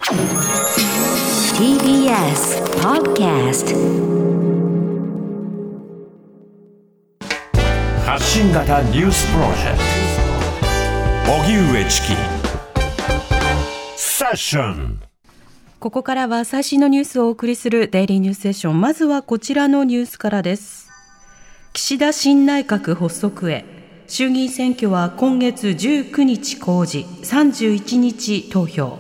TBS Podcast 発信型ニュースプロジェクト荻上チキセッション。 ここからは最新のニュースをお送りするデイリーニュースセッション。まずはこちらのニュースからです。岸田新内閣発足へ、衆議院選挙は今月19日公示、31日投票。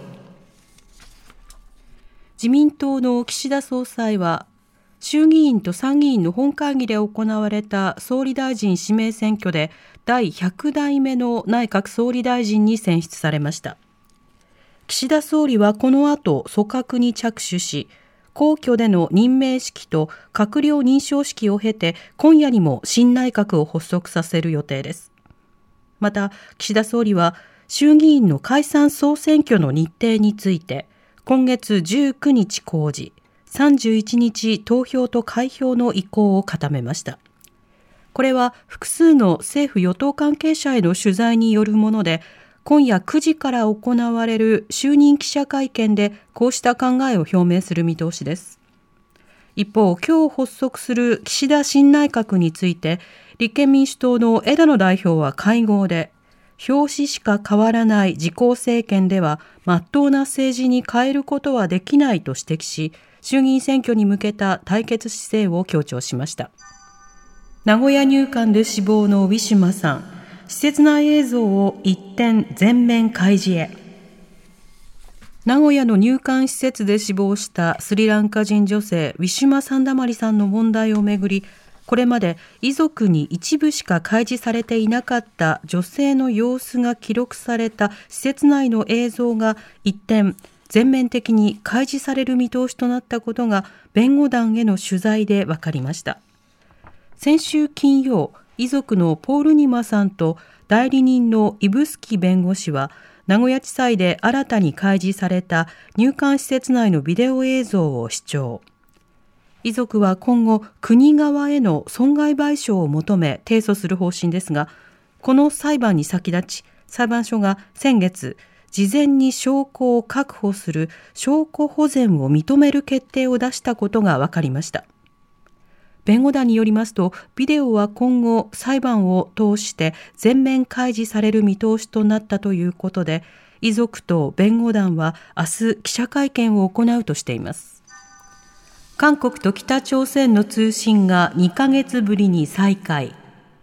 自民党の岸田総裁は、衆議院と参議院の本会議で行われた総理大臣指名選挙で第100代目の内閣総理大臣に選出されました。岸田総理はこの後組閣に着手し、皇居での任命式と閣僚認証式を経て、今夜にも新内閣を発足させる予定です。また、岸田総理は衆議院の解散総選挙の日程について、今月19日公示、31日投票と開票の意向を固めました。これは複数の政府与党関係者への取材によるもので、今夜9時から行われる就任記者会見でこうした考えを表明する見通しです。一方、今日発足する岸田新内閣について、立憲民主党の枝野代表は会合で、表紙しか変わらない自公政権では真っ当な政治に変えることはできないと指摘し、衆議院選挙に向けた対決姿勢を強調しました。名古屋入管で死亡のウィシュマさん、施設内映像を一転全面開示へ。名古屋の入管施設で死亡したスリランカ人女性ウィシュマ・サンダマリさんの問題をめぐり、これまで遺族に一部しか開示されていなかった女性の様子が記録された施設内の映像が一転全面的に開示される見通しとなったことが弁護団への取材で分かりました。先週金曜、遺族のポールニマさんと代理人のイブスキ弁護士は名古屋地裁で新たに開示された入管施設内のビデオ映像を視聴。遺族は今後国側への損害賠償を求め提訴する方針ですが、この裁判に先立ち裁判所が先月事前に証拠を確保する証拠保全を認める決定を出したことが分かりました。弁護団によりますと、ビデオは今後裁判を通して全面開示される見通しとなったということで、遺族と弁護団は明日記者会見を行うとしています。韓国と北朝鮮の通信が2ヶ月ぶりに再開。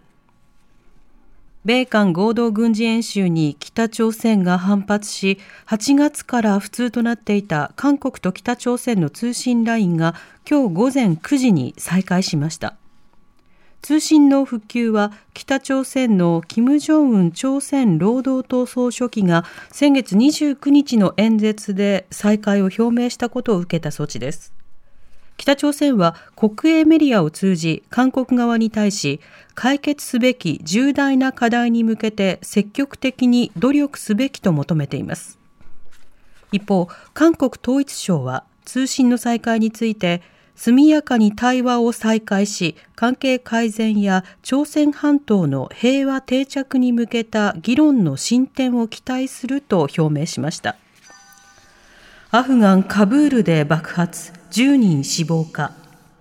米韓合同軍事演習に北朝鮮が反発し、8月から不通となっていた韓国と北朝鮮の通信ラインが今日午前9時に再開しました。通信の復旧は北朝鮮の金正恩朝鮮労働党総書記が先月29日の演説で再開を表明したことを受けた措置です。北朝鮮は国営メディアを通じ韓国側に対し、解決すべき重大な課題に向けて積極的に努力すべきと求めています。一方、韓国統一省は通信の再開について、速やかに対話を再開し、関係改善や朝鮮半島の平和定着に向けた議論の進展を期待すると表明しました。アフガン・カブールで爆発、10人死亡か。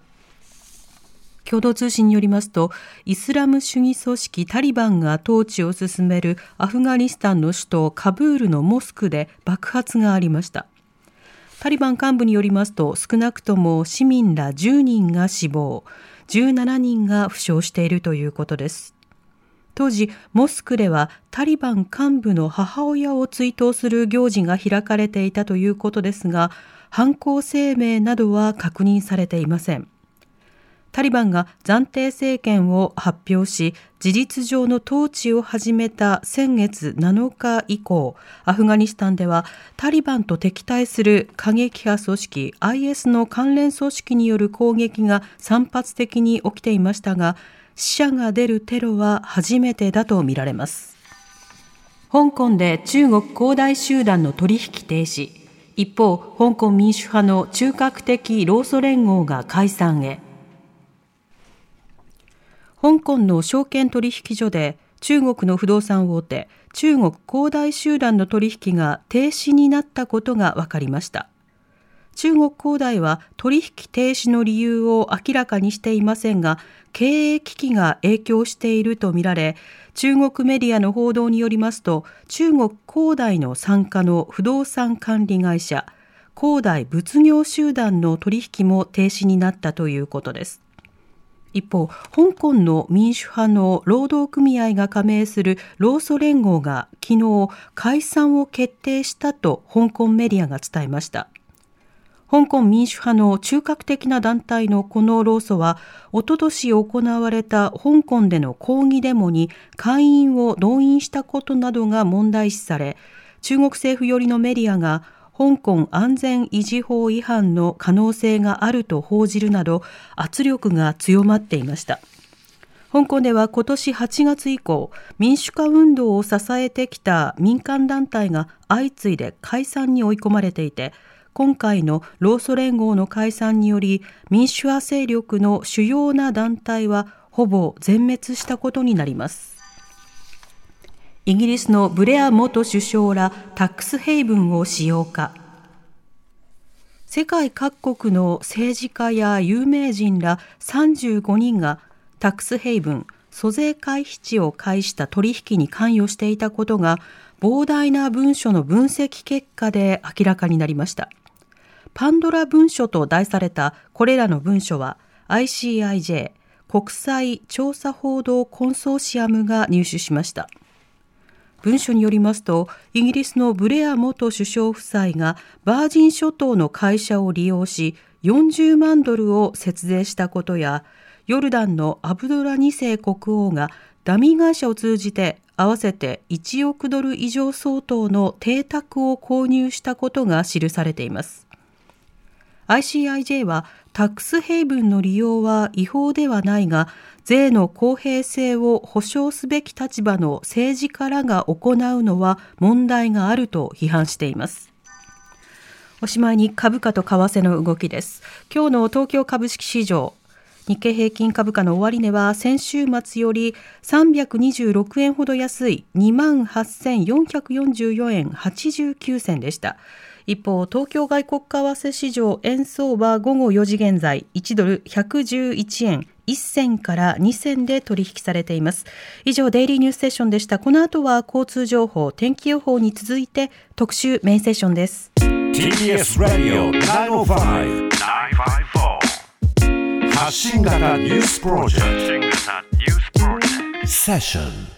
共同通信によりますと、イスラム主義組織タリバンが統治を進めるアフガニスタンの首都カブールのモスクで爆発がありました。タリバン幹部によりますと、少なくとも市民ら10人が死亡、17人が負傷しているということです。当時、モスクではタリバン幹部の母親を追悼する行事が開かれていたということですが、犯行声明などは確認されていません。タリバンが暫定政権を発表し、事実上の統治を始めた先月7日以降、アフガニスタンではタリバンと敵対する過激派組織 IS の関連組織による攻撃が散発的に起きていましたが、死者が出るテロは初めてだとみられます。香港で中国恒大集団の取引停止。一方、香港民主派の中核的労組連合が解散へ。香港の証券取引所で中国の不動産大手、中国恒大集団の取引が停止になったことが分かりました。中国恒大は取引停止の理由を明らかにしていませんが、経営危機が影響しているとみられ、中国メディアの報道によりますと、中国恒大の傘下の不動産管理会社、恒大物業集団の取引も停止になったということです。一方、香港の民主派の労働組合が加盟する労組連合が昨日解散を決定したと香港メディアが伝えました。香港民主派の中核的な団体のこの労組は、おととし行われた香港での抗議デモに会員を動員したことなどが問題視され、中国政府寄りのメディアが香港安全維持法違反の可能性があると報じるなど圧力が強まっていました。香港では今年8月以降、民主化運動を支えてきた民間団体が相次いで解散に追い込まれていて、今回の労組連合の解散により、民主派勢力の主要な団体はほぼ全滅したことになります。イギリスのブレア元首相らタックスヘイブンを使用か。世界各国の政治家や有名人ら35人がタックスヘイブン、租税回避地を介した取引に関与していたことが、膨大な文書の分析結果で明らかになりました。パンドラ文書と題されたこれらの文書は ICIJ 国際調査報道コンソーシアムが入手しました。文書によりますと、イギリスのブレア元首相夫妻がバージン諸島の会社を利用し40万ドルを節税したことや、ヨルダンのアブドラ2世国王がダミー会社を通じて合わせて1億ドル以上相当の邸宅を購入したことが記されています。ICIJ はタックスヘイブンの利用は違法ではないが、税の公平性を保障すべき立場の政治家らが行うのは問題があると批判しています。おしまいに株価と為替の動きです。今日の東京株式市場、日経平均株価の終値は先週末より326円ほど安い 28,444 円89銭でした。一方、東京外国為替市場円相場午後4時現在、1ドル111円1銭から2銭で取引されています。以上、デイリーニュースセッションでした。この後は交通情報、天気予報に続いて特集メインセッションです。 TBS ラジオ905-954発信型ニュースプロジェクトセッション